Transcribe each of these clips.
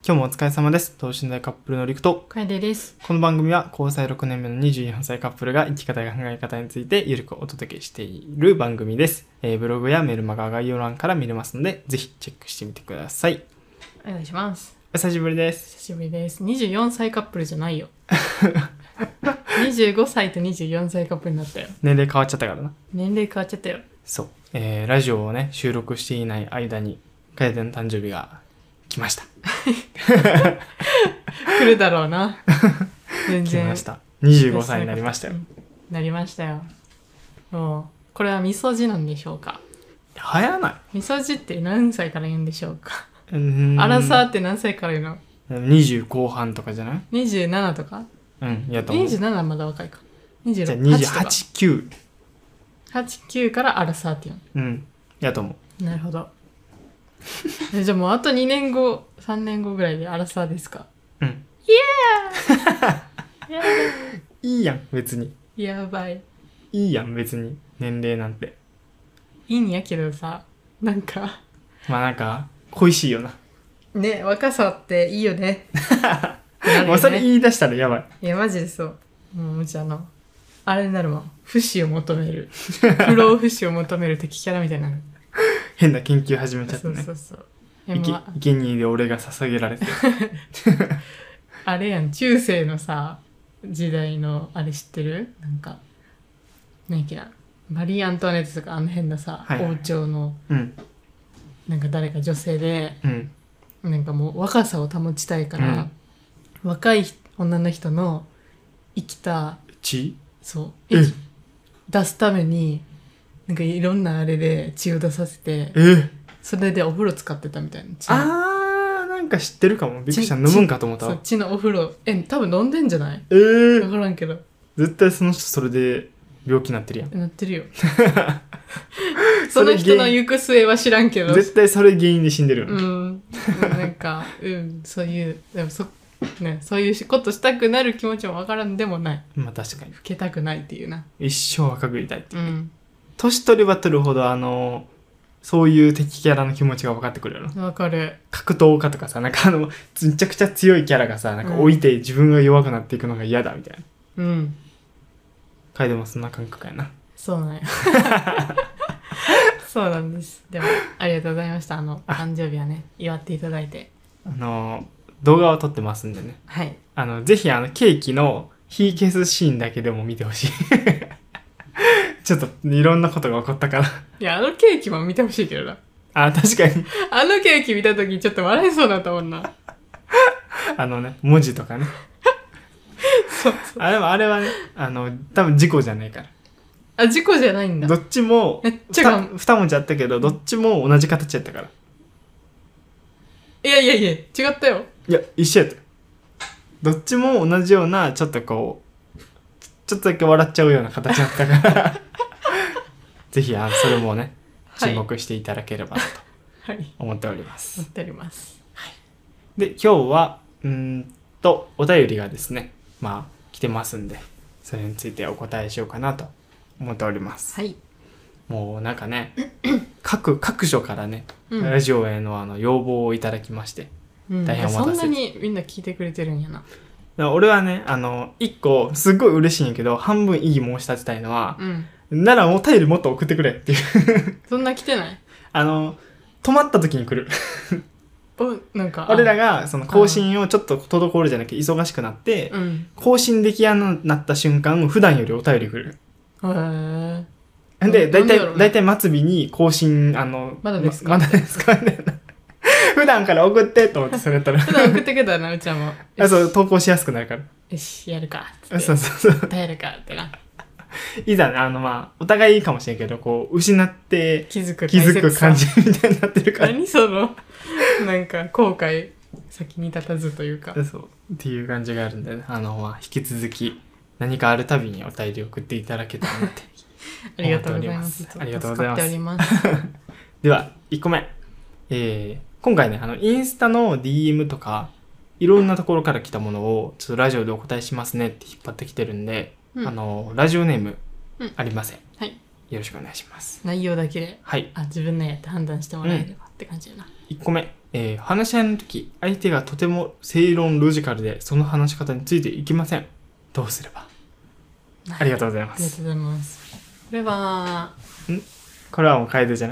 今日もお疲れ様です。等身大カップルのりくと楓です。 この番組は交際6年目の24歳カップルが生き方や考え方についてゆるくお届けしている番組です。ブログやメルマガ概要欄から見れますので、ぜひチェックしてみてください。 お願いします。 お久しぶりです。 久しぶりです。24歳カップルじゃないよ。25歳と24歳カップルになったよ。 年齢変わっちゃったからな。 年齢変わっちゃったよ。 そう。ラジオをね、収録していない間に楓の誕生日が来ました。 来るだろうな。全然。 来ました。25歳になりましたよ。 なりましたよ。もう、これはみそじなんでしょうか。 流行らない。 みそじって何歳から言うんでしょうか。アラサーって何歳から言うの？ 20後半とかじゃない？ 27 とか？ うん、やと思う。 27はまだ若いか。26、 じゃあ28、9。 8、9からアラサーって言うの。 うん、やと思う。なるほど。じゃあもうあと2年後、3年後ぐらいでアラサーですか？ うん。 イエーイいいやん、別に。 やばい。 いいやん、別に。年齢なんて。 いいんやけどさ、なんか。 まあなんか、恋しいよな。 ね、若さっていいよね。 もうそれ言い出したらやばい。 いや、マジでそう。もううちあれになるもん。不死を求める。不老不死を求める敵キャラみたいな。 変な研究始めちゃったね。 そうそうそう。 生贄で俺が捧げられて。 あれやん、中世のさ、時代のあれ知ってる？なんか、何やっけな。マリー・アントワネットとかあの辺のさ、 はいはい、 王朝の、 うん、 なんか誰か女性で、 うん、 なんかもう若さを保ちたいから、若い女の人の生きた血？ そう出すためになんかいろんなあれで血を出させて、それでお風呂使ってたみたいな。 なんか知ってるかも。びっくりした。飲むんかと思ったわ。 そう、血のお風呂多分飲んでんじゃない？分からんけど絶対その人それで病気になってるやん。 なってるよ。その人の行く末は知らんけど絶対それ原因で死んでるよ、ね。 なんかそういうでもね、そういうことしたくなる気持ちもわからんでもない。 まあ確かに。 老けたくないっていうな。 一生若くいたいっていう。年取れば取るほどそういう敵キャラの気持ちが分かってくるやろ。 わかる。 格闘家とかさ、なんかめちゃくちゃ強いキャラがさ、なんか置いて自分が弱くなっていくのが嫌だみたいな。楓もそんな感覚やな。 そうなんや。そうなんです。でもありがとうございました。誕生日はね、祝っていただいて。 動画を撮ってますんでね。 はい。 ぜひケーキの火消すシーンだけでも見てほしい。ちょっといろんなことが起こったから。 いや、ケーキも見てほしいけどな。 確かに。 ケーキ見たときちょっと笑いそうだったもんな。 文字とかね。 そう。 でもあれはね、多分事故じゃないから。 事故じゃないんだ。 どっちも、2文字あったけど、どっちも同じ形やったから。 いや、違ったよ。 いや、一緒やった。どっちも同じような、ちょっとこう、ちょっとだけ笑っちゃうような形だったから。ぜひ、それもね、注目していただければなと思っております。 思っております。 はい。で、今日は、お便りがですね、来てますんで、それについてお答えしようかなと思っております。 はい。 もうなんかね、各所からね、ラジオへの要望をいただきまして、大変お待たせ。 そんなにみんな聞いてくれてるんやな。 俺はね、一個すっごい嬉しいんやけど、半分異議申し立てたいのは、ならお便りもっと送ってくれっていう。 そんな来てない？ 止まった時に来る。 なんか俺らがその更新をちょっと滞るじゃなくて忙しくなって、更新できやんなった瞬間、普段よりお便り来る。で、だいたい末尾に更新、 まだですか？ まだですか普段から送ってと思ってそれやったら。 普段送ってくれたらな、うちはもう。そう、投稿しやすくなるから。 よし、やるか。そう。やるかってな。 いざね、お互いいいかもしれんけど、こう、失って気づく感じみたいになってるから。 何その、なんか、後悔、先に立たずというか。 そう。っていう感じがあるんでね。引き続き、何かあるたびにお便り送っていただけたらなって。 ありがとうございます。 ありがとうございます。 助かっております。 では、1個目。今回ね、インスタの DM とか、いろんなところから来たものを、ちょっとラジオでお答えしますねって引っ張ってきてるんで、ラジオネーム、ありません。 はい。 よろしくお願いします。 内容だけで、 はい。 自分のやって判断してもらえればって感じだな。 1個目。 話し合いの時相手がとても正論ロジカルでその話し方についていきません。どうすれば。ありがとうございまありがとうす。 ございます。これはこれはもう楓じゃない？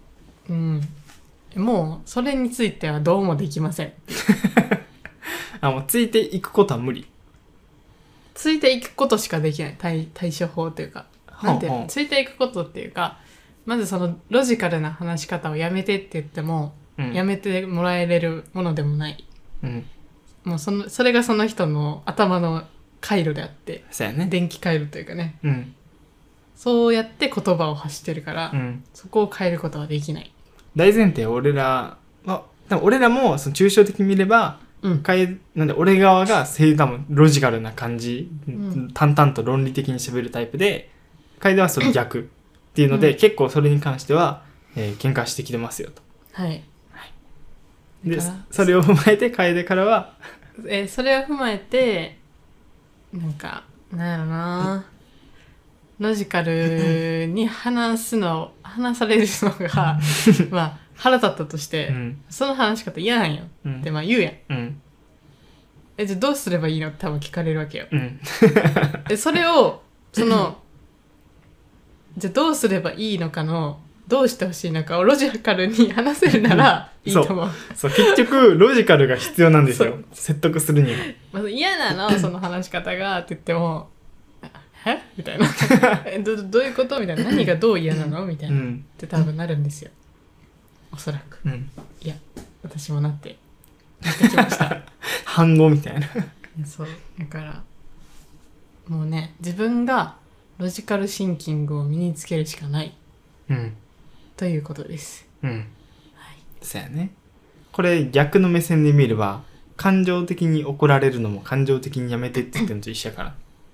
もうそれについてはどうもできません。 もうついていくことは無理。 ついていくことしかできない対処法というか、なんていうの、ついていくことっていうか、まずそのロジカルな話し方をやめてって言っても、やめてもらえれるものでもない。もうそれがその人の頭の回路であって、 そうやね。 電気回路というかね、そうやって言葉を発してるから、そこを変えることはできない。 大前提俺らもその抽象的に見れば、なんで俺側が多分ロジカルな感じ、淡々と論理的に喋るタイプで、楓はそれ逆っていうので、結構それに関しては、喧嘩してきてますよと。 はい。 でそれを踏まえて楓からは、 それを踏まえてなんかなんやろな、ロジカルに話されるのがまあ腹立ったとして、その話し方嫌なんよってまあ言うやん。じゃあどうすればいいのって多分聞かれるわけよ。それをじゃあどうすればいいのかのどうしてほしいのかをロジカルに話せるならいいと思う。 そう結局ロジカルが必要なんですよ。説得するには。 まず嫌なのその話し方がって言ってもえみたいなどういうことみたいな、何がどう嫌なのみたいな、って多分なるんですよ、おそらく。いや私もなってきました反語みたいなそうだからもうね、自分がロジカルシンキングを身につけるしかない、ということです。 そうやね。これ逆の目線で見れば、感情的に怒られるのも感情的にやめてって言ってるのと一緒やから。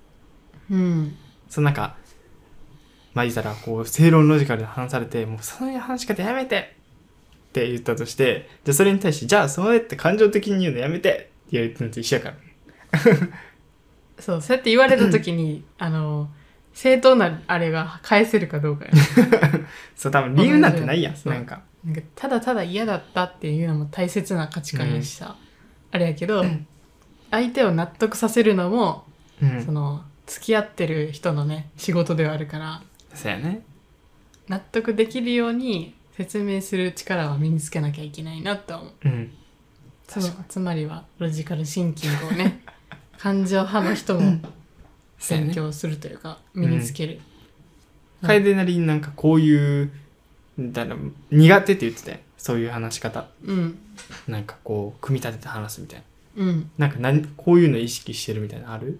そうなんかまあ言ったらこう正論ロジカルで話されて、もうそういう話し方やめてって言ったとして、じゃあそれに対してじゃあそうやって感情的に言うのやめてって言ってるのと一緒やからそうやって言われた時に正当なあれが返せるかどうかや、ね、 そう多分理由なんてないやん。なんかただただ嫌だったっていうのも大切な価値観やしさ、あれやけど、相手を納得させるのも、その付き合ってる人のね仕事ではあるから、 そうやね。 納得できるように説明する力は身につけなきゃいけないなと思う。つまりはロジカルシンキングをね感情派の人も勉強するというか、身につける。 楓なりになんかこういうだから苦手って言ってたよ、そういう話し方。なんかこう組み立てて話すみたいな。なんかこういうの意識してるみたいなのある？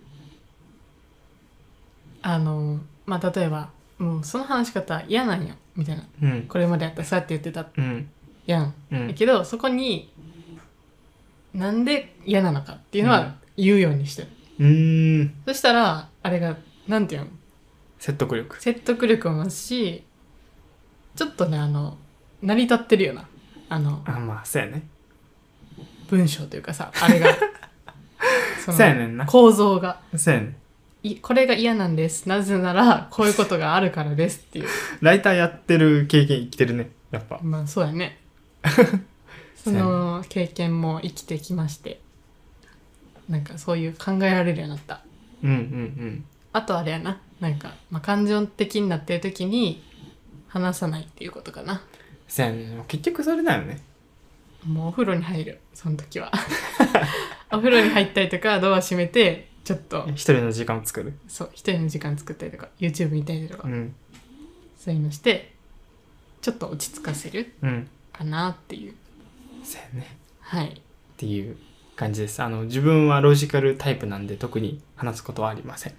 まあ例えばもうその話し方嫌なんよみたいな、これまでやったらそうやって言ってた、やん、だけどそこになんで嫌なのかっていうのは言うようにしてる。そしたらあれがなんていうの、説得力を増すし、ちょっとね成り立ってるよな、 まあそうやね。 文章というかさ、あれがそうやねんな、 構造が。 そうやねん。 これが嫌なんです、なぜならこういうことがあるからですっていうライターやってる経験生きてるね、やっぱ。 まあそうやねその経験も生きてきまして、なんかそういう考えられるようになった。あとあれやな、なんか、感情的になってる時に話さないっていうことかな。 そうやね。結局それだよね。 もうお風呂に入る、その時はお風呂に入ったりとかドア閉めてちょっと一人の時間を作る。 そう、一人の時間作ったりとか YouTube 見たりとか、そういうのしてちょっと落ち着かせるかなっていう。 そうやね。 はい。 っていう感じです。自分はロジカルタイプなんで特に話すことはありません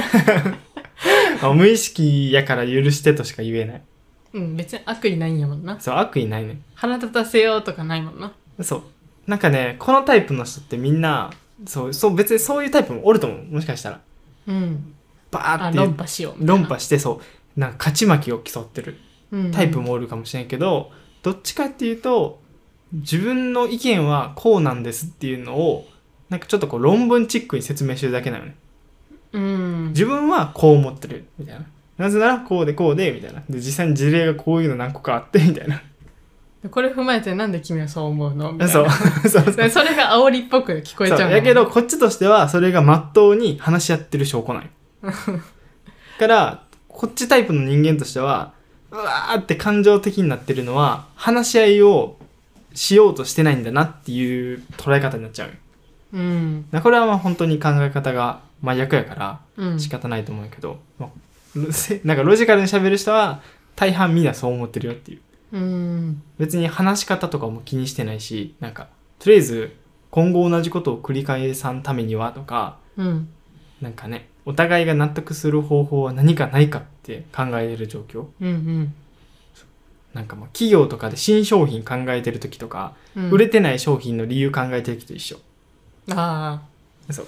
無意識やから許してとしか言えない。 別に悪意ないんやもんな。 そう、悪意ないね。 腹立たせようとかないもんな。 そう、なんかね、このタイプの人ってみんなそう別にそういうタイプもおると思う、もしかしたら。バーって論破しようみたいな、 論破して、そうなんか勝ち負けを競ってるタイプもおるかもしれんけど、どっちかっていうと自分の意見はこうなんですっていうのをなんかちょっとこう論文チックに説明してるだけなのね。自分はこう思ってるみたいな、なぜならこうでこうでみたいな、で実際に事例がこういうの何個かあってみたいなでこれ踏まえてなんで君はそう思うのみたいな。 そうそうそうでそれが煽りっぽく聞こえちゃうもんそうやけどこっちとしてはそれが真っ当に話し合ってる証拠なんよからこっちタイプの人間としてはうわーって感情的になってるのは話し合いをしようとしてないんだなっていう捉え方になっちゃうよ。 うんこれはまあ本当に考え方が真逆やからうん仕方ないと思うけど、まあなんかロジカルに喋る人は大半みんなそう思ってるよっていう。 うん別に話し方とかも気にしてないし、なんかとりあえず今後同じことを繰り返さんためにはとか、 うんなんかね、お互いが納得する方法は何かないかって考える状況。 うんなんかまあ企業とかで新商品考えてる時とか、 うん売れてない商品の理由考えてる時と一緒。 あそう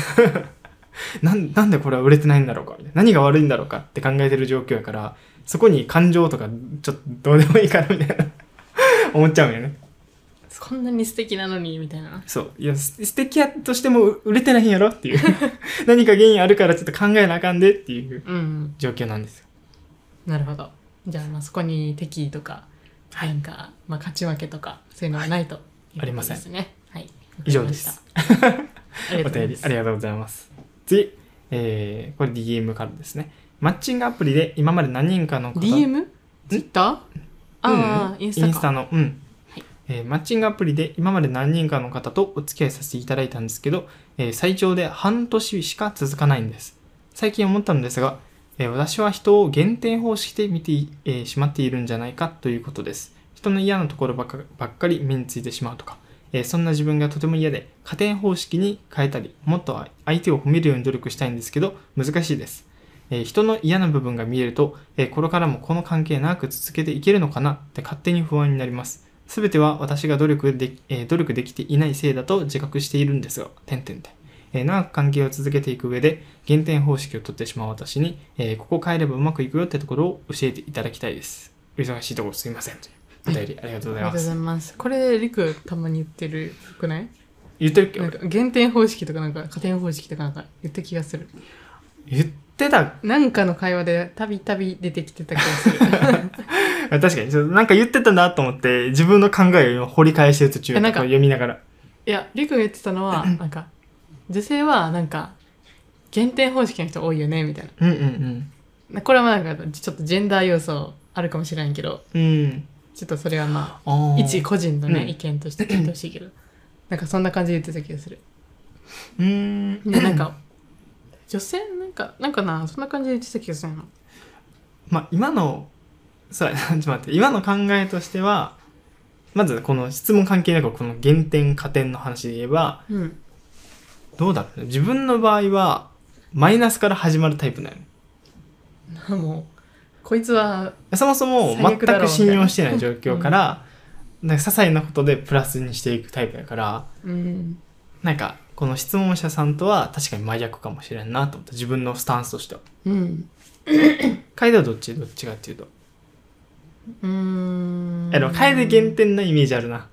なんでこれは売れてないんだろうかみたいな、何が悪いんだろうかって考えてる状況やから、そこに感情とかちょっとどうでもいいかなみたいな思っちゃうんよね。 こんなに素敵なのにみたいな。 そういや素敵やとしても売れてないんやろっていう何か原因あるからちょっと考えなあかんでっていううん状況なんですよ。 なるほど。じゃあまあそこに敵意とか、なんかまあ勝ち負けとかそういうのはないということありませんですね。はい以上ですありお便りがとうございます。 ありがとうございます。次、これ DM からですね。マッチングアプリで今まで何人かの方 DM？ Twitter？ ああ、インスタか。 インスタのマッチングアプリで今まで何人かの方とお付き合いさせていただいたんですけど、最長で半年しか続かないんです。最近思ったのですが、私は人を減点方式で見て、しまっているんじゃないかということです。人の嫌なところばっかり目についてしまうとか、そんな自分がとても嫌で加点方式に変えたり、もっと相手を褒めるように努力したいんですけど難しいです。人の嫌な部分が見えると、これからもこの関係長く続けていけるのかなって勝手に不安になります。すべては私が努力できていないせいだと自覚しているんですが、長く関係を続けていく上で減点方式を取ってしまう私に、ここ変えればうまくいくよってところを教えていただきたいです。お忙しいところすいません。お便りありがとうございます。 ありがとうございます。これリクたまに言ってるくない？ 言ってるっけ？ なんか減点方式とかなんか加点方式とかなんか言った気がする。 言ってた。 なんかの会話でたびたび出てきてた気がする。 確かになんか言ってたなと思って自分の考えを今掘り返してる途中なんか読みながら。 いや、リクが言ってたのはなんか女性はなんか減点方式の人多いよねみたいうんうんな。これはまあなんかちょっとジェンダー要素あるかもしれんけど、 うんちょっとそれはまああー一個人のね、 うん意見として聞いてほしいけど、なんかそんな感じで言ってた気がする。 でなんか女性なんかな、そんな感じで言ってた気がするの。 まあ今のそうやなちょっと待って、今の考えとしてはまずこの質問関係なくこの減点加点の話で言えばうん。 どうだろうね。自分の場合はマイナスから始まるタイプなの。 もうこいつはそもそも最悪だろう全く信用してない状況から、なんか些細なことでプラスにしていくタイプだから、 うんなんかこの質問者さんとは確かに真逆かもしれんなと思った。自分のスタンスとしては。 うん楓はどっちかっていうと。でも楓減点なイメージあるな。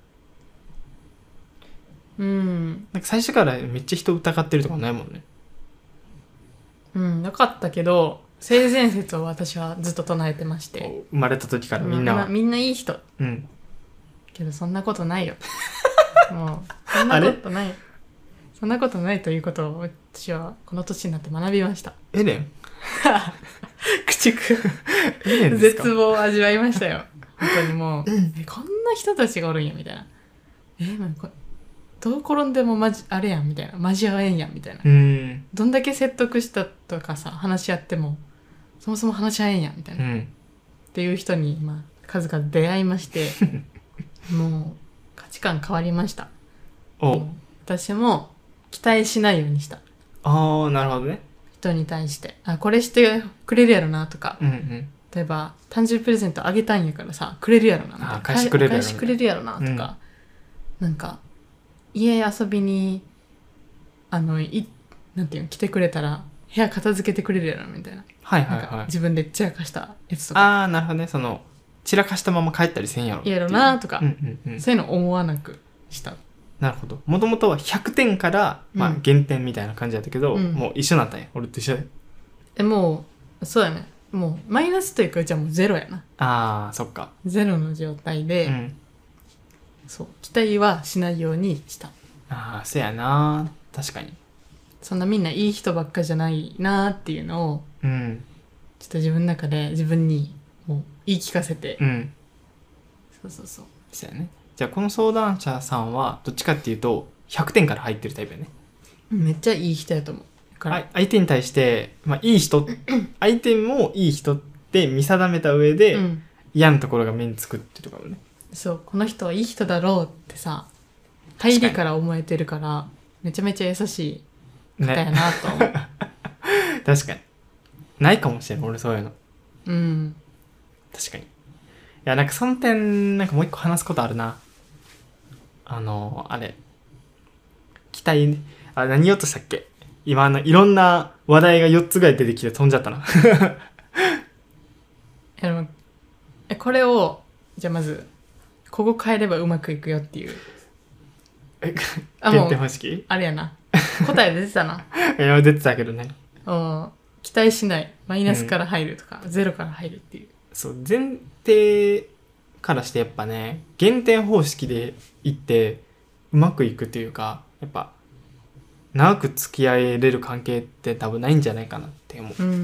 うんなんか最初からめっちゃ人疑ってるとかないもんね。 うんなかったけど性善説を私はずっと唱えてまして生まれた時からみんなは。 みんないい人うん。 けどそんなことないよもうそんなことないそんなことないということを私はこの年になって学びました。 エレン駆逐エレンですか？ 絶望を味わいましたよ本当にもう、こんな人たちがおるんやみたいな。なんかどう転んでもあれやんみたいな、交わえんやんみたいな。どんだけ説得したとかさ話し合ってもそもそも話し合えんやんみたいな、っていう人に、まあ、数々出会いましてもう価値観変わりました。私も期待しないようにした。 ああなるほどね。 人に対してこれしてくれるやろなとか、例えば誕生日プレゼントあげたんやからさくれるやろなみたいな、 返してくれるやろなとか、なんか家遊びになんていうの来てくれたら部屋片付けてくれるやろみたいな、なんか自分で散らかしたやつとか、 ああなるほどね。その散らかしたまま帰ったりせんやろやろなとか、そういうの思わなくした。 なるほど。もともとは100点から、まあ、減点みたいな感じだったけど、もう一緒になったんや。俺と一緒で。 もうそうやね。もうマイナスというかうちはもうゼロやな。 ああそっか。 ゼロの状態で、 そう期待はしないようにした。 ああ、そうやな。確かに。 そんなみんないい人ばっかじゃないなっていうのをうん。 ちょっと自分の中で自分にもう言い聞かせて、 うん。 そうそうそう。 そうやね。じゃあこの相談者さんはどっちかっていうと100点から入ってるタイプやね。 めっちゃいい人やと思う。だから相手に対して、まあ、いい人相手もいい人って見定めた上で、嫌なところが目につくっていうところね。 そうこの人はいい人だろうってさ入りから思えてるからめちゃめちゃ優しい方やなと思う、ね、 確かにないかもしれない俺そういうの。 うん確かに。いやなんかその点なんかもう一個話すことあるな。あれ期待ね。何言おうとしたっけ。今いろんな話題が4つぐらい出てきて飛んじゃったなこれをじゃあまずここ変えればうまくいくよっていう限定方式あれやな答え出てたないや出てたけどね。 期待しないマイナスから入るとか、ゼロから入るっていう。 そう前提からしてやっぱね減点方式でいってうまくいくというかやっぱ長く付き合えれる関係って多分ないんじゃないかなって思う。 うんうんうん。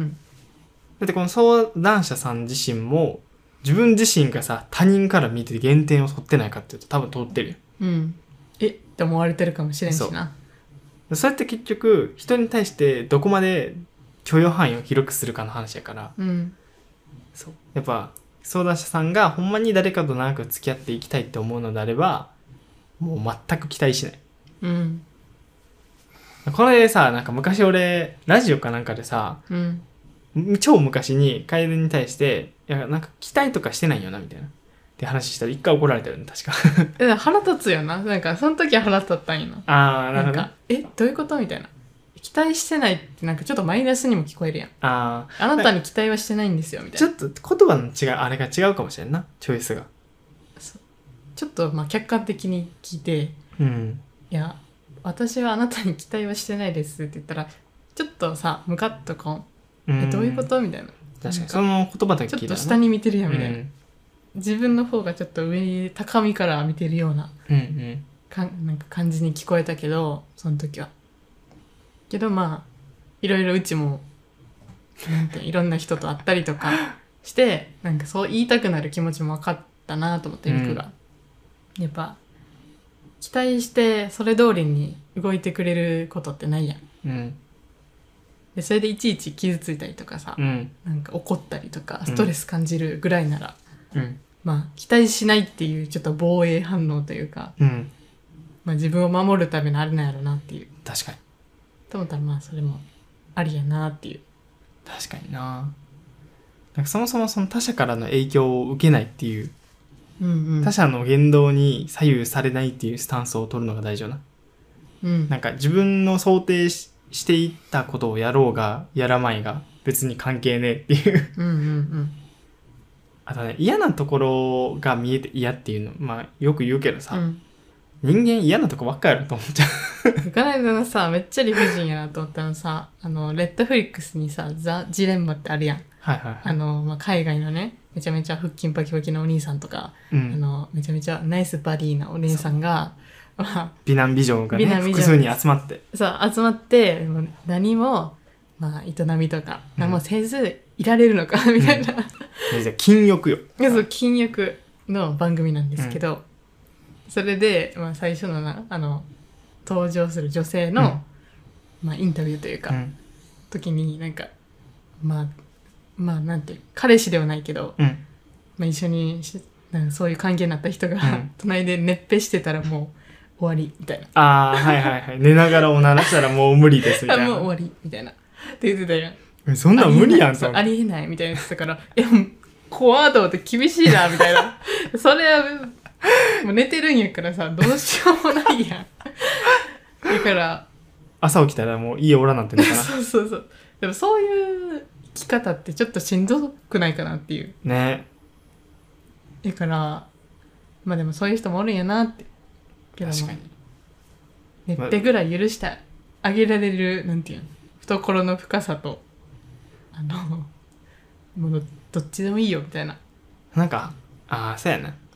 だってこの相談者さん自身も自分自身がさ他人から見て減点を取ってないかっていうと多分取ってるよ。 うん。って思われてるかもしれんしな。 そうやって結局人に対してどこまで許容範囲を広くするかの話やから、 うん、 そうやっぱ相談者さんがほんまに誰かと長く付き合っていきたいって思うのであればもう全く期待しない。 うん、 これさなんか昔俺ラジオかなんかでさ、 うん、 超昔に楓に対していやなんか期待とかしてないよなみたいなって話したら一回怒られたよね確か腹立つよな。なんかその時は腹立ったんよな。 ああなるほど。 なんかどういうことみたいな。期待してないってなんかちょっとマイナスにも聞こえるやん。あなたに期待はしてないんですよみたいな。 ちょっと言葉の違うあれが違うかもしれんなチョイスが。 ちょっとまあ客観的に聞いて、 うん、 いや私はあなたに期待はしてないですって言ったらちょっとさムカッとこうどういうことみたいな。 確かにその言葉だけ聞いたら、ね、 ちょっと下に見てるやんみたいな、自分の方がちょっと上に高みから見てるような、なんか感じに聞こえたけどその時はけどまあいろいろうちもなんていろんな人と会ったりとかしてなんかそう言いたくなる気持ちも分かったなと思ってミクが、やっぱ期待してそれ通りに動いてくれることってないやん、でそれでいちいち傷ついたりとかさ、なんか怒ったりとかストレス感じるぐらいなら、まあ期待しないっていうちょっと防衛反応というか、まあ、自分を守るためのあれなんやろなっていう。 確かにと思ったらまあそれもありやなっていう。 確かにな。なんかそもそもその他者からの影響を受けないっていう、他者の言動に左右されないっていうスタンスを取るのが大事よな。なんか自分の想定していったことをやろうがやらまいが別に関係ねえっていうあとね嫌なところが見えて嫌っていうのまあよく言うけどさ、人間嫌なとこばっかやろと思っちゃう。この間のさめっちゃ理不尽やなと思ったのさレッドフリックスにさザ・ジレンマってあるやん。まあ、海外のねめちゃめちゃ腹筋パキパキのお兄さんとか、めちゃめちゃナイスバディなお姉さんが美男美女がね複数に集まって集まって何も、まあ、営みとか何もせずいられるのかみたいな、 禁欲よ。 そう禁欲の番組なんですけど、それで、まあ、最初の登場する女性の、まあ、インタビューというか、時になんかまあなんて彼氏ではないけど、まあ、一緒になんかそういう関係になった人が、隣で熱ぺしてたらもう終わりみたいな。 寝ながらおならしたらもう無理ですみたいな。 もう終わりみたいなって言ってたやん。 そんなん無理やんありえないみたいな言ってたから怖いと思って厳しいなみたいなそれはもう寝てるんやからさどうしようもないやんだから朝起きたらもう家おらなんてんのかなそうでもそういう生き方ってちょっとしんどくないかなっていうね。 だからまあでもそういう人もおるんやなってけど確かに寝ってぐらい許してあげられるなんていうの懐の深さともうどっちでもいいよみたいな。 なんかそうやな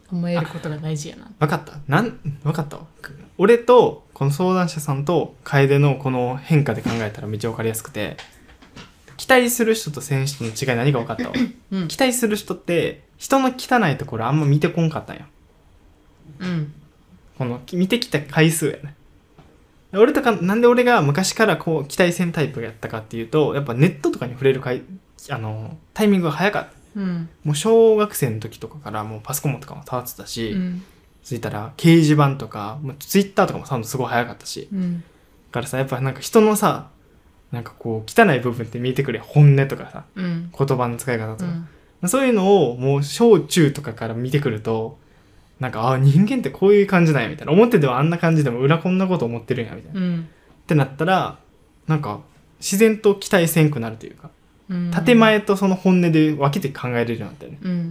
思えることが大事やな。 分かったわ。俺とこの相談者さんと楓のこの変化で考えたらめっちゃ分かりやすくて、期待する人と選手の違い何か分かったわ、 うん、 期待する人って人の汚いところあんま見てこんかったんよ。 うん、 この見てきた回数やね。俺とかなんで俺が昔からこう期待せんタイプやったかっていうと、やっぱネットとかに触れるタイミングが早かった。 うん、 もう小学生の時とかからもうパソコンとかも触ってたし、 うん、 ついたら掲示板とかもうツイッターとかも触るのすごい早かったし、 うん、 だからさやっぱなんか人のさなんかこう汚い部分って見えてくる、本音とかさ、 うん、 言葉の使い方とか、 うん、 そういうのをもう小中とかから見てくると、なんか人間ってこういう感じなんやみたいな、表ではあんな感じでも裏こんなこと思ってるんやみたいな、 うん、 ってなったらなんか自然と期待せんくなるというか、 うん、 建前とその本音で分けて考えれるようになったよね。 うん、うん、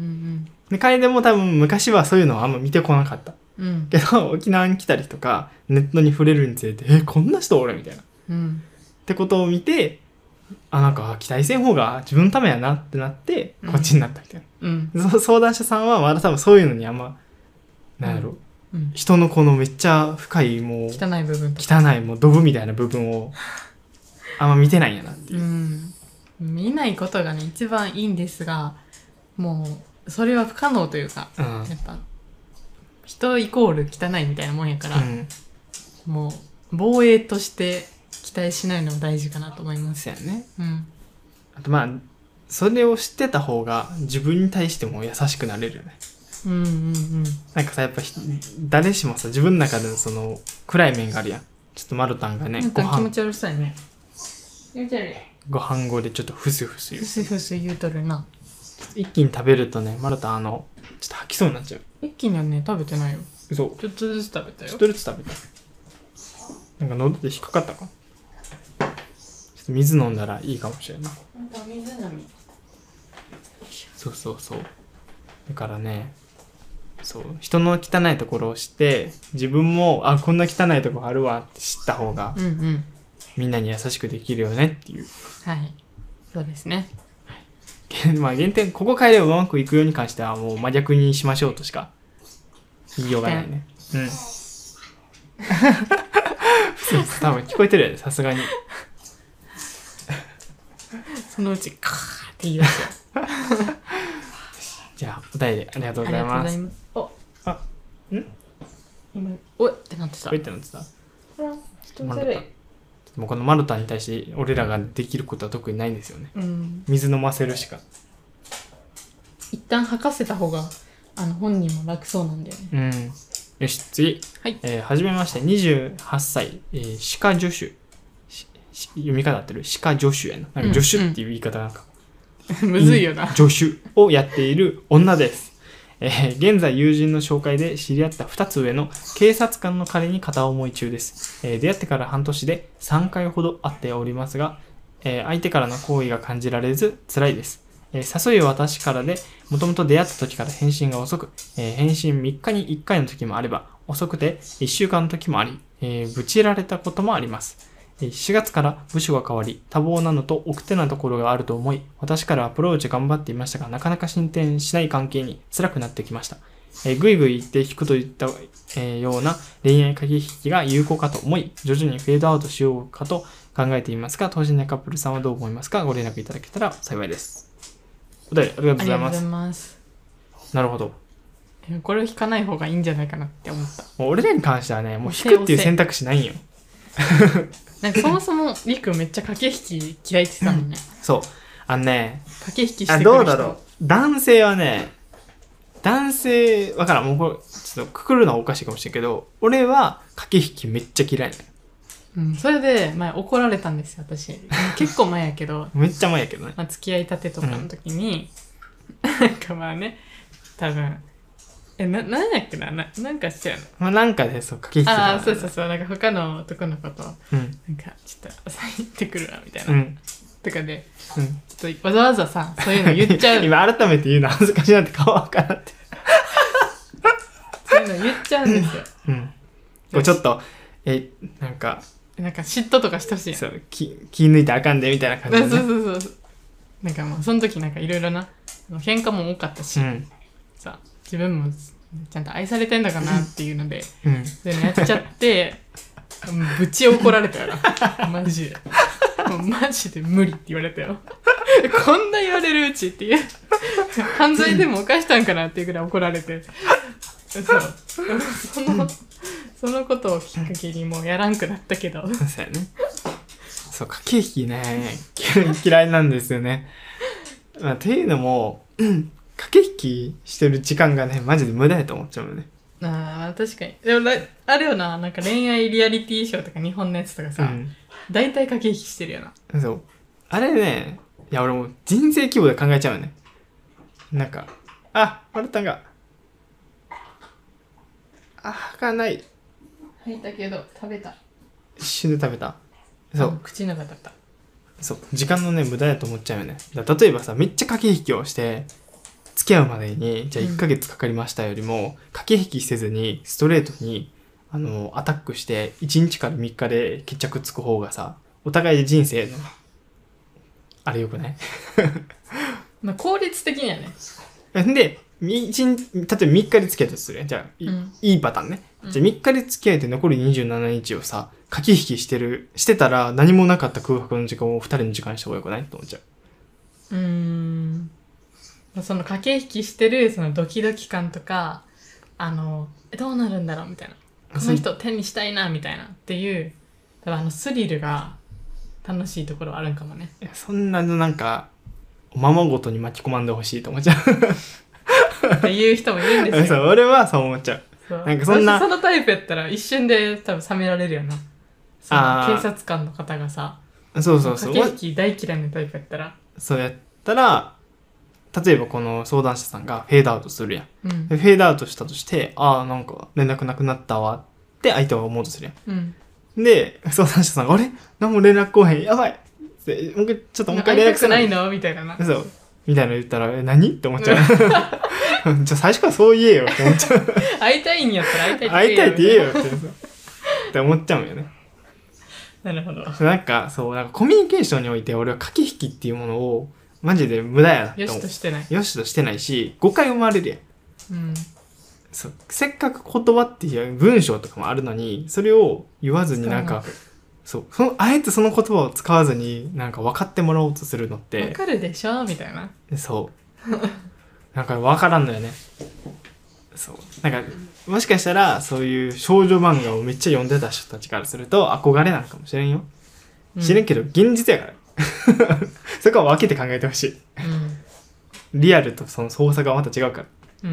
で楓も多分昔はそういうのはあんま見てこなかったうん、 けど、沖縄に来たりとかネットに触れるにつれてこんな人おるみたいな、 うん、 ってことを見て、なんか期待せん方が自分のためやなってなってこっちになったみたいな、 うん、 相談者さんはまだ多分そういうのにあんまなんやろ、 うん、 人のこのめっちゃ深いもう汚い部分とか汚いもうドブみたいな部分をあんま見てないんやなっていう、 うん、見ないことがね一番いいんですが、もうそれは不可能というか、 うん、 やっぱ人イコール汚いみたいなもんやから、 うん、 もう防衛として期待しないのが大事かなと思います。 そうやね。 うん、 あとまあそれを知ってた方が自分に対しても優しくなれるよね。 うん、うん、うん、 なんかさやっぱ誰しもさ自分の中でのその暗い面があるやん。ちょっとマルタンがねなんか気持ち悪さいね。気持ち悪い。 ご飯後でちょっとフスフス言う。 ふすふす言うとるな。 一気に食べるとねマルタンちょっと吐きそうになっちゃう。 一気にはね食べてないよ。 そうちょっとずつ食べたよ。 ちょっとずつ食べた。なんか喉で引っかかったか。ちょっと水飲んだらいいかもしれない。 なんか水飲み。 そうそうそう。だからね、そう人の汚いところを知って自分もこんな汚いところあるわって知った方が、 うん、うん、 みんなに優しくできるよねっていう。 はい、そうですね。 まあ原点ここ変えればうまくいくように関してはもう真逆にしましょうとしか言いようがないね。うん。多分聞こえてるよね、さすがに。 そのうちカーって言い出すよ。 じゃあお便りありがとうございます。 お、 ん？ 今おってなってた。 これってなってた。 ちょっと面白い。 もうこのマルタに対して俺らができることは特にないんですよね。 うん。 水飲ませるしか。 一旦吐かせた方が本人も楽そうなんだよね。 うん。よし次。 はい。 はじめまして28歳、歯科助手。読み方合ってる？歯科助手やな。なんか助手っていう言い方なんか。 むずいよな。 助手をやっている女です。現在友人の紹介で知り合った2つ上の警察官の彼に片思い中です。出会ってから半年で3回ほど会っておりますが、相手からの好意が感じられず辛いです。誘いは私からで、もともと出会った時から返信が遅く、返信3日に1回の時もあれば、遅くて1週間の時もあり、ぶちられたこともあります。4月から部署が変わり、多忙なのと奥手なところがあると思い、私からアプローチ頑張っていましたが、なかなか進展しない関係に辛くなってきました。ぐいぐい言って引くといった、ような恋愛駆け引きが有効かと思い、徐々にフェードアウトしようかと考えていますが、当事年カップルさんはどう思いますか？ご連絡いただけたら幸いです。お便りありがとうございます。 ありがとうございます。 なるほど。 これを引かない方がいいんじゃないかなって思った。 もう俺らに関してはね、もう引くっていう選択肢ないんよ。 なんかそもそもりくんめっちゃ駆け引き嫌いって言ってたもんね。 そう。駆け引きしてくる人。 どうだろう。男性はわからん。もうこれ、ちょっとくくるのはおかしいかもしれんけど、俺は駆け引きめっちゃ嫌いなの。 うん、それで前怒られたんですよ、私。結構前やけど。 めっちゃ前やけどね。 まあ、付き合いたてとかの時に、なんかまあね、多分、なんやっけな、なんかしちゃうの。 まあなんかで、そう、駆け引きああ、そうそうそう、なんか他の男の子と、 うん、 なんかちょっと遊びに行ってくるわ、みたいな。 うん、 とかで、 うん、 ちょっとわざわざさ、そういうの言っちゃう。 今改めて言うの恥ずかしいなって顔わからんって。 そういうの言っちゃうんですよ。 うん。こうちょっと、 なんか嫉妬とかしてほしい。 そう気抜いてあかんでみたいな感じで、ね。 そう。なんかもうその時なんかいろいろな喧嘩も多かったし、 うん、 さ自分もちゃんと愛されてんのかなっていうのでうんそういうのやっちゃってぶち怒られたよなマジでもうマジで無理って言われたよこんな言われるうちっていう犯罪でも犯したんかなっていうぐらい怒られてそうそのことをきっかけにもうやらんくなったけどそうやね。そう駆け引きね嫌いなんですよね。まあ、っていうのも駆け引きしてる時間がねマジで無駄やと思っちゃうよね。 あ確かにでもあれよななんか恋愛リアリティショーとか日本のやつとかさ、大体駆け引きしてるよな。 そうあれねいや俺も人生規模で考えちゃうよね。なんかマルタンが開かない吐いたけど食べた一瞬で食べた。そう口の中だったそう時間のね無駄やと思っちゃうよね。だから例えばさめっちゃ駆け引きをして付き合うまでにじゃあ1ヶ月かかりましたよりも、駆け引きせずにストレートにアタックして1日から3日で決着つく方がさお互いで人生のあれよくないまあ効率的にはねで例えば3日で付き合ったとするやんじゃあいいパターンね、じゃあ3日で付き合えて残り27日をさ駆け引きしてたら何もなかった空白の時間を2人の時間にした方がよくないと思っちゃう。 その駆け引きしてるそのドキドキ感とかどうなるんだろうみたいなこの人を手にしたいなみたいなっていう多分スリルが楽しいところはあるんかもね。 いやそんなのなんかおままごとに巻き込まんでほしいと思っちゃうっていう人もいるんですよそう俺はそう思っちゃう。なんかそんなそのタイプやったら一瞬で多分冷められるよな。その警察官の方がさそう駆け引き大嫌いなタイプやったらそうやったら例えばこの相談者さんがフェードアウトするやん、 でフェードアウトしたとしてなんか連絡なくなったわって相手は思うとするやん、で相談者さんがあれ何も連絡来へんやばいちょっともう一回連絡くないのみたいなそうみたいなの言ったら何って思っちゃうじゃあ最初からそう言えよって思っちゃう会いたいんやったら会いたいって言えよって思っちゃうよね。 なるほど。 なんかコミュニケーションにおいて俺は駆け引きっていうものをマジで無駄やなってよ思う。 しとしてない。 よしとしてないし誤解生まれるやん。そうせっかく言葉っていう文章とかもあるのにそれを言わずになんかあえてその言葉を使わずになんか分かってもらおうとするのって分かるでしょみたいな。 そうなんか分からんのよね。そうなんかもしかしたらそういう少女漫画をめっちゃ読んでた人たちからすると憧れなのかもしれんよ、知れんけど現実やからそこは分けて考えてほしい、リアルとその操作がまた違うから、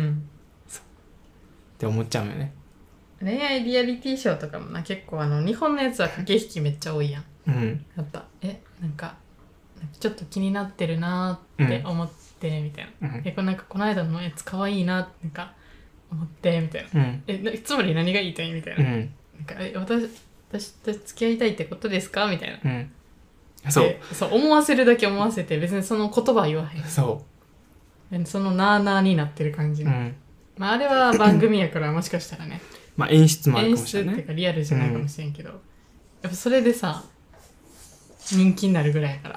って思っちゃうよね。 恋愛リアリティショーとかもな結構日本のやつは駆け引きめっちゃ多いやん、やっぱなんかちょっと気になってるなって思ってみたいな、なんかこの間のやつ可愛いなってなんか思ってみたいな、つまり何が言いたいみたいな、なんか私と付き合いたいってことですかみたいな、そう思わせるだけ思わせて別にその言葉は言わへん、そのなーなーになってる感じの、まああれは番組やからもしかしたらねまあ演出もあるかもしれない、 演出っていうかリアルじゃないかもしれんけど、やっぱそれでさ人気になるぐらいやから、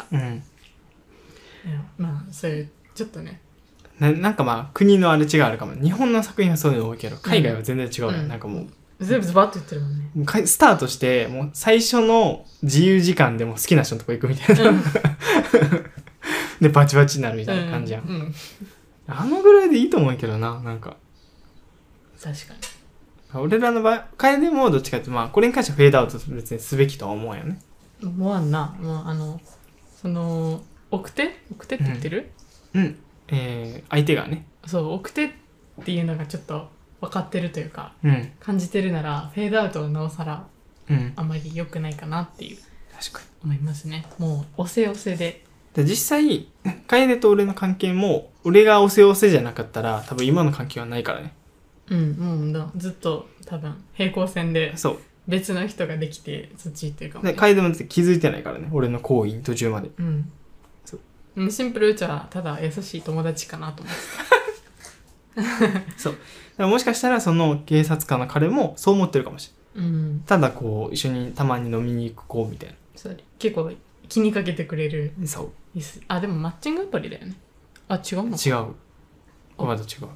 まあそういうちょっとねなんかまあ国のあれ違いあるかも。日本の作品はそういうの多いけど海外は全然違うね、なんかもう全部ズバッと言ってるもんね。 スタートしてもう最初の自由時間でも好きな人のとこ行くみたいな、でバチバチになるみたいな感じやん、あのぐらいでいいと思うけどな。なんか確かに俺らの場合楓もどっちかってまあこれに関してはフェードアウト別にすべきとは思うよね。 思わんな。もうその奥手って言ってる、 相手がねそう奥手っていうのがちょっと分かってるというか、感じてるならフェードアウトはなおさらあんまり良くないかなっていう、 確かに思いますね。もう押せ押せで実際楓と俺の関係も俺が押せ押せじゃなかったら多分今の関係はないからね。 ずっと多分平行線でそう別の人ができてそっち行ってるかも、 で楓も気づいてないからね俺の行為途中まで。 そうシンプルうちはただ優しい友達かなと思ってそうだからもしかしたらその警察官の彼もそう思ってるかもしれない、ただこう一緒にたまに飲みに行く子みたいな、 そう結構気にかけてくれる。 そうでもマッチングアプリだよね。違うの？ 違うまだ違う。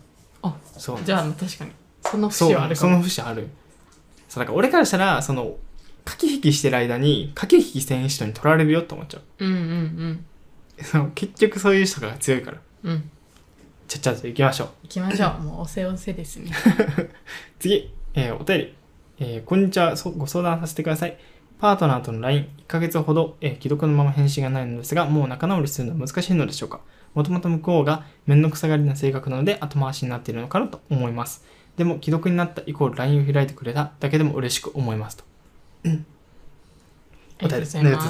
あ、 そうじゃあ確かにそのそう節はあるかも。 その節ある。そうだから俺からしたらその駆け引きしてる間に駆け引きせん人に取られるよって思っちゃう。 うんうんそう結局そういう人が強いからうんうん。 ちゃっちゃと行きましょう。 行きましょう。もうおせおせですね。 次、お便り、こんにちは、ご相談させてください。パートナーとの LINE1 ヶ月ほど、既読のまま返信がないのですが、もう仲直りするのは難しいのでしょうか。もともと向こうが面倒くさがりな性格なので後回しになっているのかなと思います。でも既読になったイコール LINE を開いてくれただけでも嬉しく思いますと。 ありがとうございます。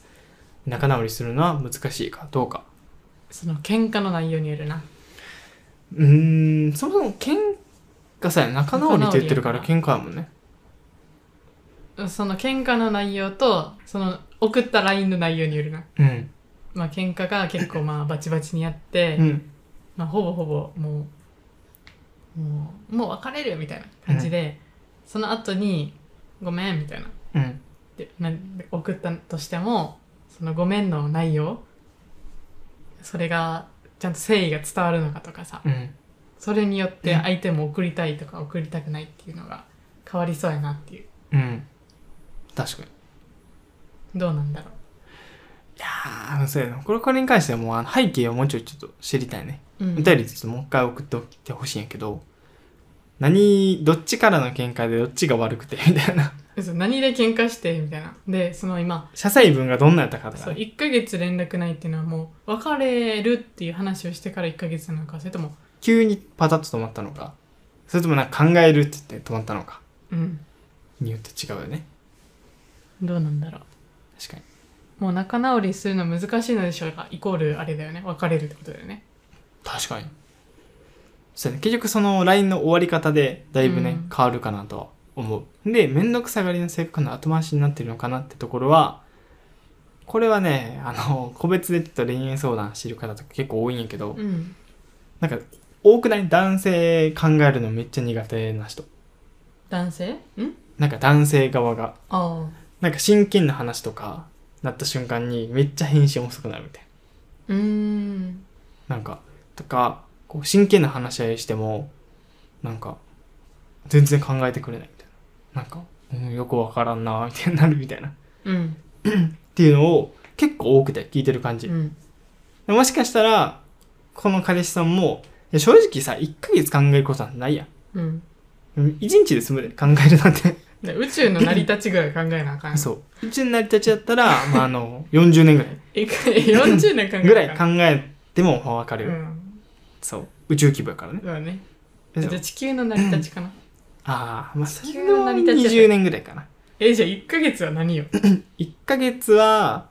仲直りするのは難しいかどうか。 その喧嘩の内容によるな。 そもそも喧嘩さ、仲直りって言ってるから喧嘩やもんね。 その喧嘩の内容とその送った LINE の内容によるな。 うんまあ喧嘩が結構まあバチバチにやって、 うんまあほぼほぼもう別れるみたいな感じで、その後にごめんみたいなうんで送ったとしても、そのごめんの内容、それがちゃんと誠意が伝わるのかとかさ、 うんそれによって相手も送りたいとか送りたくないっていうのが変わりそうやなっていう。 うん確かに。 どうなんだろいやそうやな。これに関してはもう背景をもうちょっと知りたいね。 う。うん、 お便りちょっともう一回送っておいてほしいんやけど、どっちからの喧嘩でどっちが悪くてみたいな。 嘘何で喧嘩してみたいな。でその今謝罪文がどんなやったかとかそうね。 1ヶ月連絡ないっていうのはもう別れるっていう話をしてから1ヶ月なのか、それとも急にパタッと止まったのか、それともなんか考えるって言って止まったのかうんによって違うよね。 どうなんだろう。 確かに。 もう仲直りするの難しいのでしょうか、イコールあれだよね、別れるってことだよね。 確かに。そうやね。結局その LINE の終わり方でだいぶね、変わるかなとは思う。で、めんどくさがりの性格の後回しになってるのかなってところは、これはね、個別でちょっと恋愛相談してる方とか結構多いんやけど、 うんなんか多くない？男性考えるのめっちゃ苦手な人。 男性なんか男性側があなんか真剣な話とかなった瞬間にめっちゃ返信遅くなるみたいあなんかとか、こう真剣な話し合いしてもなんか全然考えてくれないみたいな、なんか、よくわからんなみたいになるみたいなうんっていうのを結構多くて聞いてる感じ、 うんもしかしたらこの彼氏さんも正直さ1ヶ月考えることなんてないやん。 うん 1日で済むで考えるなんてで宇宙の成り立ちぐらい考えなあかん。 そう宇宙の成り立ちだったら、40年ぐらい 40年考えぐらい考なあかんえても分かるよ、そう宇宙規模やからね。 そうだね。 でしょじゃあ地球の成り立ちかな。 そ地球れはの成り立ちだった 20年ぐらいかな。 じゃあ1ヶ月は何よ。 1ヶ月は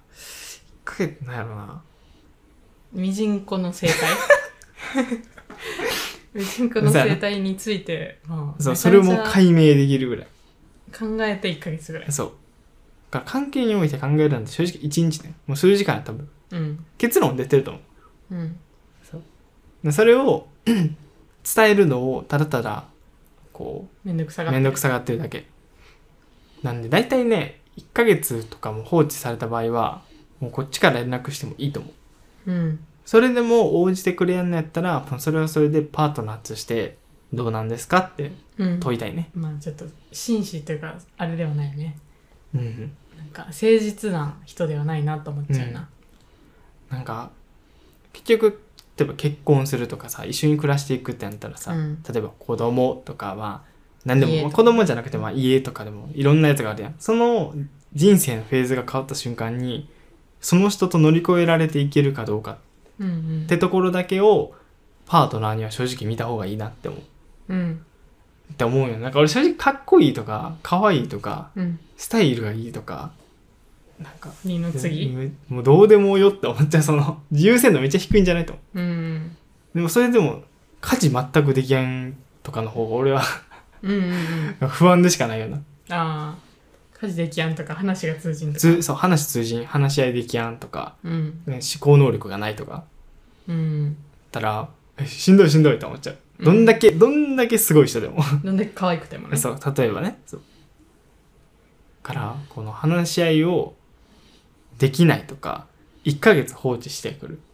1ヶ月なんやろな。 ミジンコの生態ミジンコの生態について、 そうそれも解明できるぐらい。 考えて1ヶ月ぐらい。 そうだから関係において考えるなんて正直1日ね、もう数時間や多分うん結論出てると思う。 うんでそれを伝えるのをただただこめんどくさうがってめんどくさがってるだけなんで、大体ね1ヶ月とかも放置された場合はもうこっちから連絡してもいいと思う。 うんそれでも応じてくれやんのやったらそれはそれでパートナーとしてどうなんですかってうん問いたいね。 まあちょっと紳士というかあれではないね。 うんなんか誠実な人ではないなと思っちゃうな。 なんか結局例えば結婚するとかさ、一緒に暮らしていくってなったらさ、例えば子供とかは何でも、 家とか子供じゃなくて家とかでもいろんなやつがあるやん。その人生のフェーズが変わった瞬間にその人と乗り越えられていけるかどうかってところだけをパートナーには正直見た方がいいなって思う。って思うよ。なんか俺正直かっこいいとか可愛いとか、スタイルがいいとかなんか二の次もうどうでもよって思っちゃう。その優先度めっちゃ低いんじゃないと思う。でもそれでも家事全くできやんとかの方が俺は不安でしかないよな。 ああ家事できやんとか話が通じんとかそう話通じん、話し合いできやんとか、ね、思考能力がないとかたらしんどいと思っちゃう。どんだけすごい人でもどんだけ可愛くてもね。 そう例えばね、そうからこの話し合いをできないとか1ヶ月放置してくる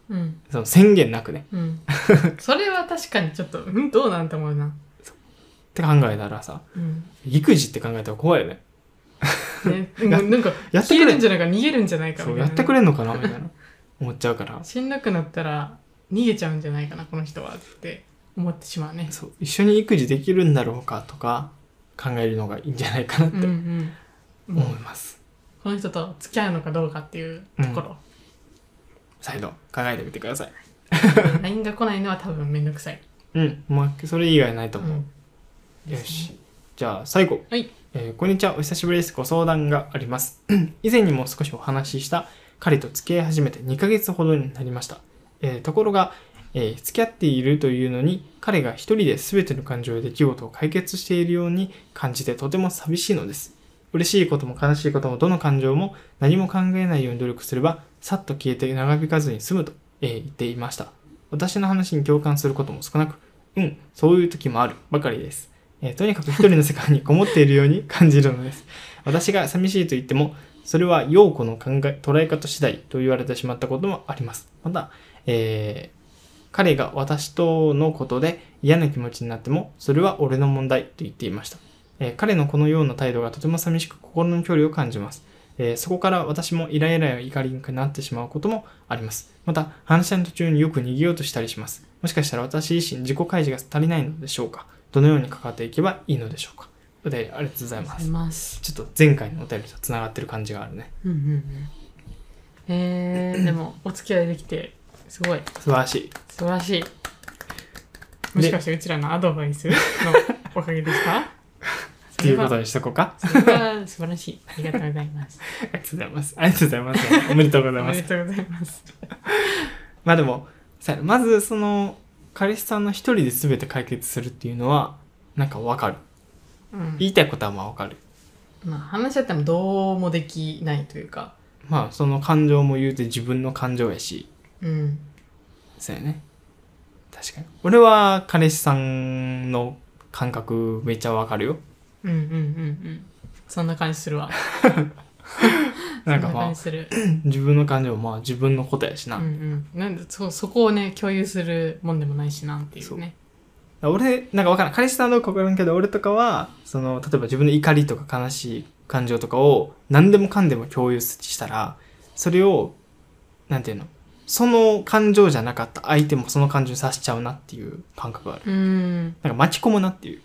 うんその宣言なくねうんそれは確かにちょっとどうなんて思うな。 って考えたらさ、 うん育児って考えたら怖いよね。 ね、なんかやってくれ消えるんじゃないか逃げるんじゃないかみたいな。 そうやってくれんのかなみたいな思っちゃうからしんどくなったら逃げちゃうんじゃないかなこの人はって思ってしまうね。 そう一緒に育児できるんだろうかとか考えるのがいいんじゃないかなってうんうん、 思います、 この人と付き合うのかどうかっていうところ、 再度考えてみてください。 LINE が来ないのは多分めんどくさい。 まあそれ以外ないと思う、よですしね。 じゃあ最後、 はいこんにちは、お久しぶりです。ご相談があります以前にも少しお話しした彼と付き合い始めて2ヶ月ほどになりました、ところが、付き合っているというのに彼が一人で全ての感情や出来事を解決しているように感じてとても寂しいのです。嬉しいことも悲しいこともどの感情も何も考えないように努力すればさっと消えて長引かずに済むと、言っていました。私の話に共感することも少なく、そういう時もあるばかりです。とにかく一人の世界にこもっているように感じるのです。私が寂しいと言っても、それは陽子の捉え方次第と言われてしまったこともあります。また、彼が私とのことで嫌な気持ちになっても、それは俺の問題と言っていました。彼のこのような態度がとても寂しく心の距離を感じます。そこから私もイライラや怒りになってしまうこともあります。また、話し合いの途中によく逃げようとしたりします。もしかしたら私自身自己開示が足りないのでしょうか。どのように関わっていけばいいのでしょうか。お便りありがとうございます。ちょっと前回のお便りとつながってる感じがあるね。 でもお付き合いできてすごい素晴らしい。 素晴らしい。もしかしてうちらのアドバイスのおかげですかっていうことにしとこうか。 それは素晴らしい。ありがとうございます。 ありがとうございます。ありがとうございます。おめでとうございます。 おめでとうございます。 まあでも、まずその、彼氏さんの一人で全て解決するっていうのは、なんかわかる。言いたいことはまあわかる。 まあ話し合ってもどうもできないというか。 まあその感情も言うて自分の感情やし。そうやね。確かに。俺は彼氏さんの感覚めっちゃわかるよ。 そんな感じするわ。 なんかまあ自分の感情はまあ自分のことやしな。 なんでそこをね共有するもんでもないしなっていうね。 俺なんかわからん、彼氏さんどうかわからんけど俺とかはその例えば自分の怒りとか悲しい感情とかを何でもかんでも共有したらそれをなんていうのその感情じゃなかった相手もその感情にさせちゃうなっていう感覚がある。なんか巻き込むなっていう。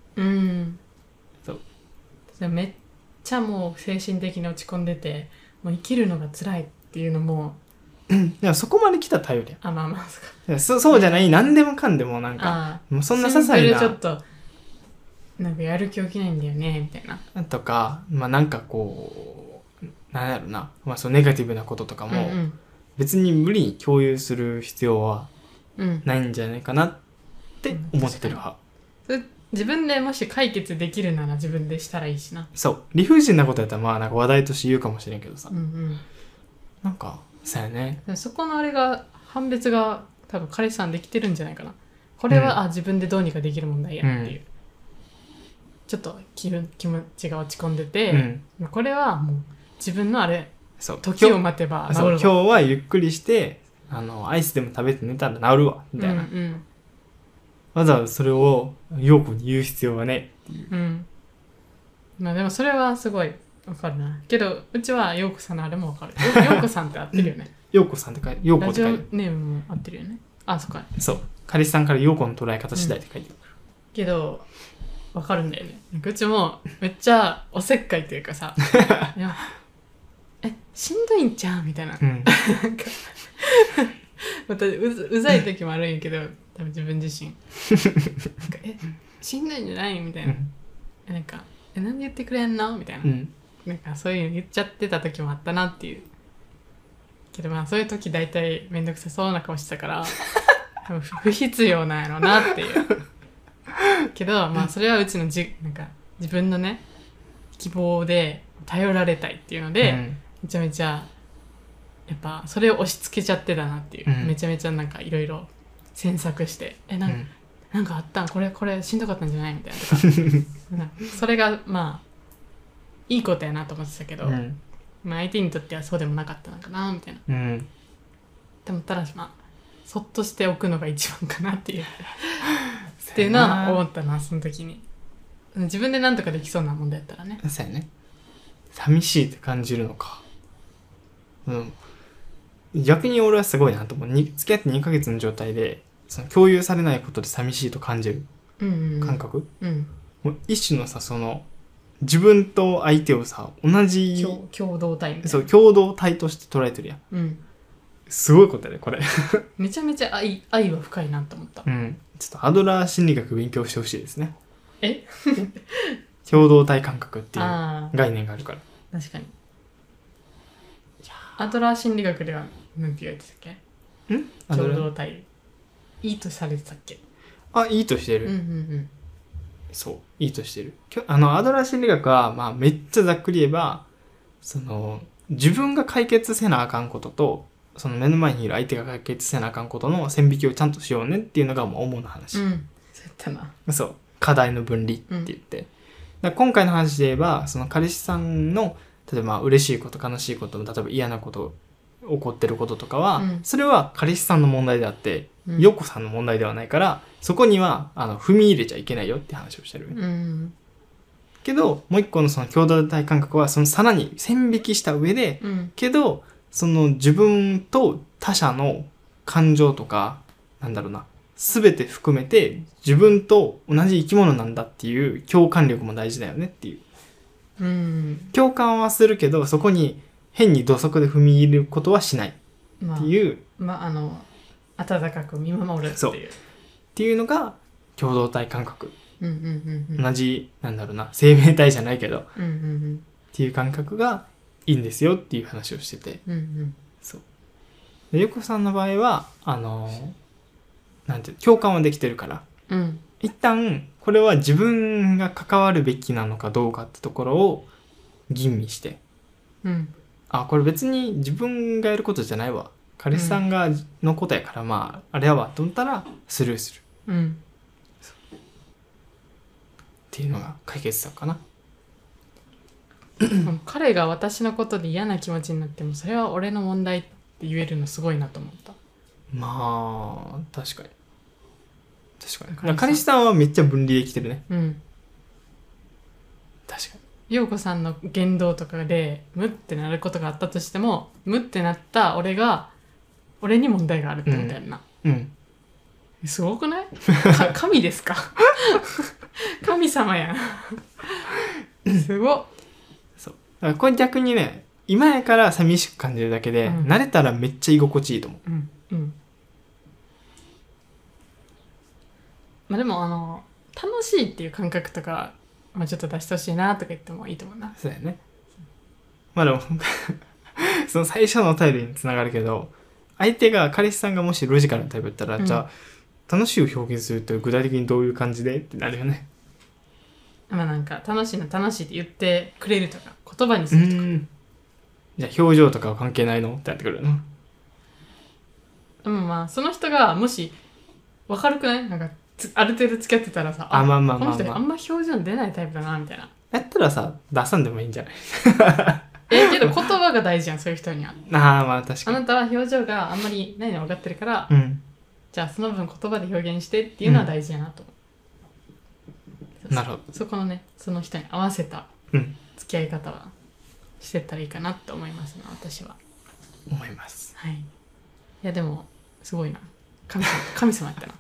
そうめっちゃもう精神的に落ち込んでてもう生きるのが辛いっていうのもでもそこまで来たら頼りや。 まあそうじゃない何でもかんでもなんかもうそんな些細なちょっとなんかやる気起きないんだよねみたいなとかまあなんかこうなんやろな、まあ、そのネガティブなこととかも別に無理に共有する必要はないんじゃないかなって思ってる派。 自分でもし解決できるなら自分でしたらいいしな。 そう理不尽なことやったらまあなんか話題として言うかもしれんけどさ、なんかそうやね。 そこのあれが判別が多分彼氏さんできてるんじゃないかな。これは、自分でどうにかできる問題やっていう、ちょっと気持ちが落ち込んでて、これはもう自分のあれ時を待てば治るわ。 今日はゆっくりしてアイスでも食べて寝たら治るわみたいな、わざわざそれを陽子に言う必要はねっていう。 まあでもそれはすごいわかるな。けどうちは陽子さんのあれもわかる。陽子さんって合ってるよね。 陽子さんって書いて陽子って書いてる。 ラジオネームも合ってるよね。そっか。 そう彼氏さんから陽子の捉え方次第って書いてる、 けどわかるんだよね。うちもめっちゃおせっかいというかさいやしんどいんちゃうみたいな、なんかまたうざい時もあるんやけど多分自分自身なんかしんどいんじゃないみたいな、なんかなんで言ってくれんのみたいな、なんかそういうの言っちゃってた時もあったなっていう。けどまあそういう時大体めんどくさそうな顔してたから多分不必要なんやろうなっていうけどまあそれはうちのなんか自分のね希望で頼られたいっていうので、めちゃめちゃやっぱそれを押し付けちゃってたなっていう、めちゃめちゃなんかいろいろ詮索してなんかあったんこれしんどかったんじゃないみたいなとかそれがまあいいことやなと思ってたけど、まあ、相手にとってはそうでもなかったのかなみたいな、 って思ったらまあそっとしておくのが一番かなっていうっていうのは思ったな、その時に。自分で何とかできそうなもんだったらね。 そうやね。寂しいって感じるのか。うん。逆に俺はすごいなと思う。付き合って2ヶ月の状態でその共有されないことで寂しいと感じる感覚、もう一種のさ、その自分と相手をさ同じ共同体みたいな。 そう共同体として捉えてるやん。すごいことやでこれめちゃめちゃ愛は深いなと思った。 ちょっとアドラー心理学勉強してほしいですね。共同体感覚っていう概念があるから。 確かに。アドラー心理学では何て言われてたっけ？共同体いいとされてたっけ？ いいとしてる。そういいとしてる。アドラー心理学は、まあ、めっちゃざっくり言えばその自分が解決せなあかんこととその目の前にいる相手が解決せなあかんことの線引きをちゃんとしようねっていうのがもう主な話。 そうやったな。 そう課題の分離って言って、だ今回の話で言えばその彼氏さんの例えば嬉しいこと悲しいこと例えば嫌なこと起こってることとかは、それは彼氏さんの問題であって、陽子さんの問題ではないからそこには踏み入れちゃいけないよって話をしてる、けどもう一個のその共同体感覚はそのさらに線引きした上で、けどその自分と他者の感情とかなんだろうな全て含めて自分と同じ生き物なんだっていう共感力も大事だよねっていう、共感はするけどそこに変に土足で踏み入れることはしないっていう、 温かく見守るっていう、 っていうのが共同体感覚、同じなんだろうな生命体じゃないけど、っていう感覚がいいんですよっていう話をしてて、そうでゆこさんの場合はなんて共感はできてるから、一旦これは自分が関わるべきなのかどうかってところを吟味して、これ別に自分がやることじゃないわ彼氏さんがのことやからまああれやわと思ったらスルーする、っていうのが解決策かな。 彼が私のことで嫌な気持ちになってもそれは俺の問題って言えるのすごいなと思った。 まあ確かに彼氏さんはめっちゃ分離できてるね。確かに陽子さんの言動とかでムッてなることがあったとしてもムッてなった俺に問題があるってことやんな。すごくない？神ですか？神様やん。すごっ。 そうだからこれ逆にね今やから寂しく感じるだけで、慣れたらめっちゃ居心地いいと思う。 まあでも楽しいっていう感覚とか、ちょっと出してほしいなとか言ってもいいと思うな。 そうやね。まあでもその最初のお便りにつながるけど相手が彼氏さんがもしロジカルなタイプだったら、じゃあ楽しいを表現するって具体的にどういう感じでってなるよね。 なんか楽しいって言ってくれるとか言葉にするとか、 じゃあ表情とかは関係ないのってなってくるの。 その人がもし分かるくないなんかある程度付き合ってたらさこの人あんま表情出ないタイプだなみたいなやったらさ出さんでもいいんじゃないけど言葉が大事じゃんそういう人には。 まあ確かにあなたは表情があんまりないの分かってるから、じゃあその分言葉で表現してっていうのは大事やなと思う。 なるほど。 そこのねその人に合わせた付き合い方はしてったらいいかなって思いますね私は。 思います。 はい。いやでもすごいな神様やったな。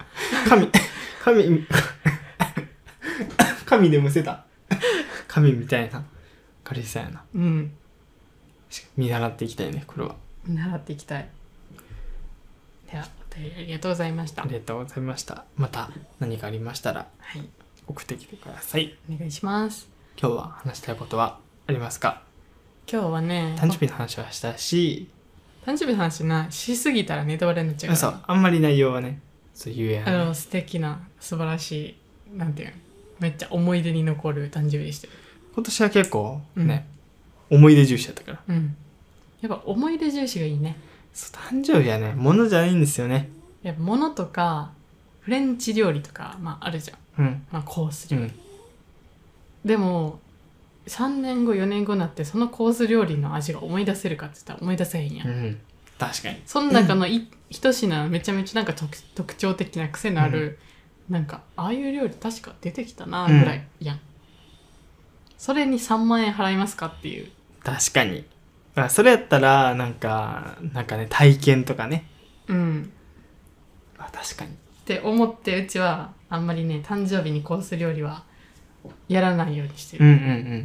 神でむせた神みたいな彼氏さんやな。見習っていきたいねこれは。 見習っていきたい。ではお便りありがとうございました。 ありがとうございました。また何かありましたら送ってきてください。 お願いします。 今日は話したいことはありますか？ 今日はね誕生日の話はしたし誕生日の話しすぎたらネタバレになっちゃうからそうあんまり内容はねそう言えない。 素敵な素晴らしいなんていうのめっちゃ思い出に残る誕生日でした。 今年は結構ね、思い出重視だったから、 やっぱ思い出重視がいいね。 そう誕生日はね物じゃないんですよね。 やっぱ物とかフレンチ料理とかあるじゃん、コース料理、でも3年後4年後になってそのコース料理の味が思い出せるかって言ったら思い出せへんやん、 確かに。 その中の一品めちゃめちゃなんか特徴的な癖のある、なんかああいう料理確か出てきたなぐらいやん、それに3万円払いますかっていう。 確かに。まあ、それやったらなんかね、体験とかね。 うんあ、確かにって思って、うちはあんまりね誕生日にコース料理はやらないようにしてる。 うんうんうん。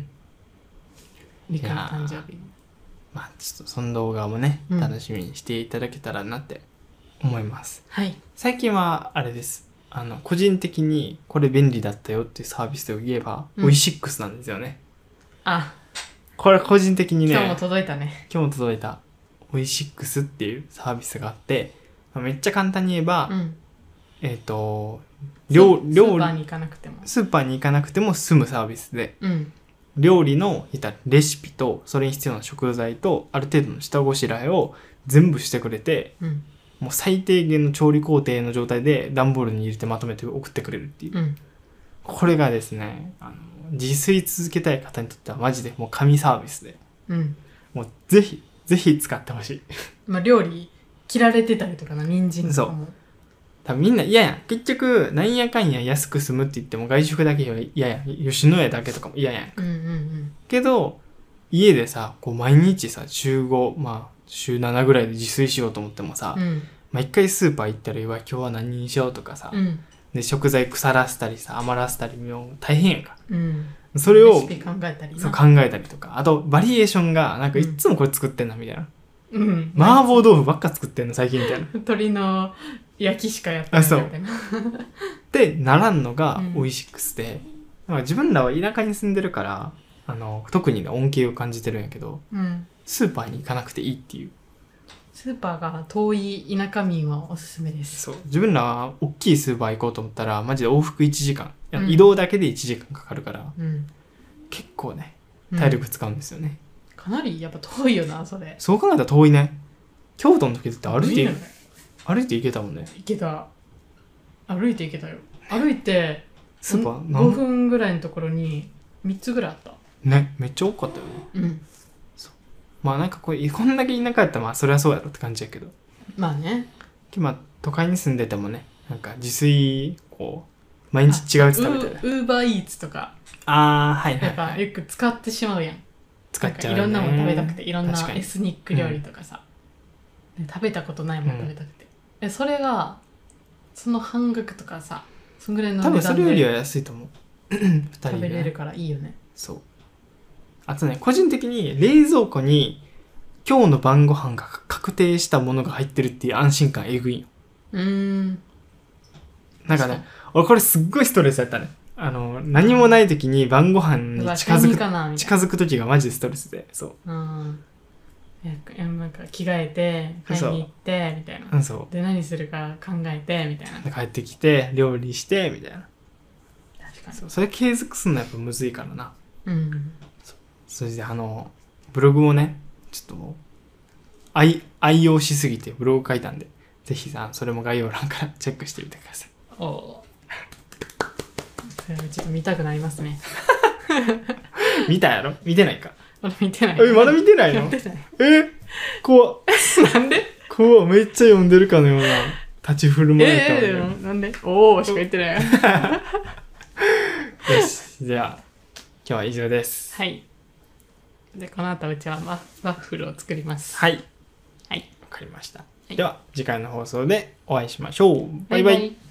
リカの誕生日に。 まあちょっとその動画もね、 うん楽しみにしていただけたらなって思います。 はい最近はあれです。個人的にこれ便利だったよっていうサービスを言えば、 うんオイシックスなんですよね。 あ、 これ個人的にね、 今日も届いたね。 今日も届いたオイシックスっていうサービスがあって、めっちゃ簡単に言えば、 うんススーパーに行かなくても。 スーパーに行かなくても済むサービスで、 うん料理のレシピとそれに必要な食材とある程度の下ごしらえを全部してくれて、 うんもう最低限の調理工程の状態で段ボールに入れてまとめて送ってくれるっていう、 うんこれがですね、自炊続けたい方にとってはマジでもう神サービスで、 うんもうぜひぜひ使ってほしい。 まあ料理切られてたりとかな、人参とかも。 多分みんな嫌やん。結局なんやかんや安く済むって言っても外食だけは嫌やん。吉野家だけとかも嫌やん。 うんうんけど家でさ、こう毎日さ、週5、まあ週7ぐらいで自炊しようと思ってもさ、 うんまあ一回スーパー行ったら今日は何にしようとかさ、 うんで食材腐らせたりさ、余らせたりもう大変やんか。 うんそれをレシピ考えたりな。 そう考えたりとか、あとバリエーションがなんかいっつもこれ作ってんなみたいな、 うん麻婆豆腐ばっか作ってんの最近みたいな鶏の焼きしかやってないみたいな。 ってならんのがうんオイシックスで、だから自分らは田舎に住んでるから特にね恩恵を感じてるんやけど、 うんスーパーに行かなくていいっていう。 スーパーが遠い田舎民はおすすめです。 そう、自分らは大きいスーパー行こうと思ったらマジで往復1時間、 うん移動だけで1時間かかるからうん結構ねうん体力使うんですよね、 かなりやっぱ遠いよなそれ。 そう考えたら遠いね。京都の時だって歩いていいよね行けたもんね。 行けた。歩いて行けたよ。歩いてスーパー 5分ぐらいのところに3つぐらいあった。 ね、めっちゃ多かったよね。 うんまあなんかこんだけ田舎やったらまあそれはそうやろって感じやけど、 まあね。 まあ都会に住んでてもね、なんか自炊こう毎日違うやつ食べたら、 ウーバーイーツとかはいやっぱよく使ってしまうやん。 使っちゃうね。 なんかいろんなもの食べたくて、いろんな確かにエスニック料理とかさ、で食べたことないもの食べたくて、それがその半額とかさ、そんぐらいの多分値段でそれよりは安いと思う。2人で、ね、 食べれるからいいよね。 そう。あとね、個人的に冷蔵庫に今日の晩ご飯が確定したものが入ってるっていう安心感えぐいんよ。なんかね、俺これすっごいストレスやったね。何もない時に晩ご飯に近づく時がマジでストレスで、そう。 なんか着替えて買いに行ってみたいな。 そう。 で何するか考えてみたいな。 で帰ってきて料理してみたいな。 確かに。 それ継続するのはやっぱむずいからな。 うん。 それでブログもね、ちょっともう愛用しすぎてブログ書いたんで、ぜひさそれも概要欄からチェックしてみてください。 おそれはちょっと見たくなりますね。 見たやろ？見てないか？ まだ見てない。 まだ見てないの？ 見てない怖っ。 なんで？ 怖っ、めっちゃ読んでるかのような立ち振る舞いと、 なんで？おーしか言ってない。 よし、じゃあ今日は以上です。 はい。でこの後うちはワッフルを作ります。 はい。 はい。 わかりました。 いでは次回の放送でお会いしましょう。バイバイ。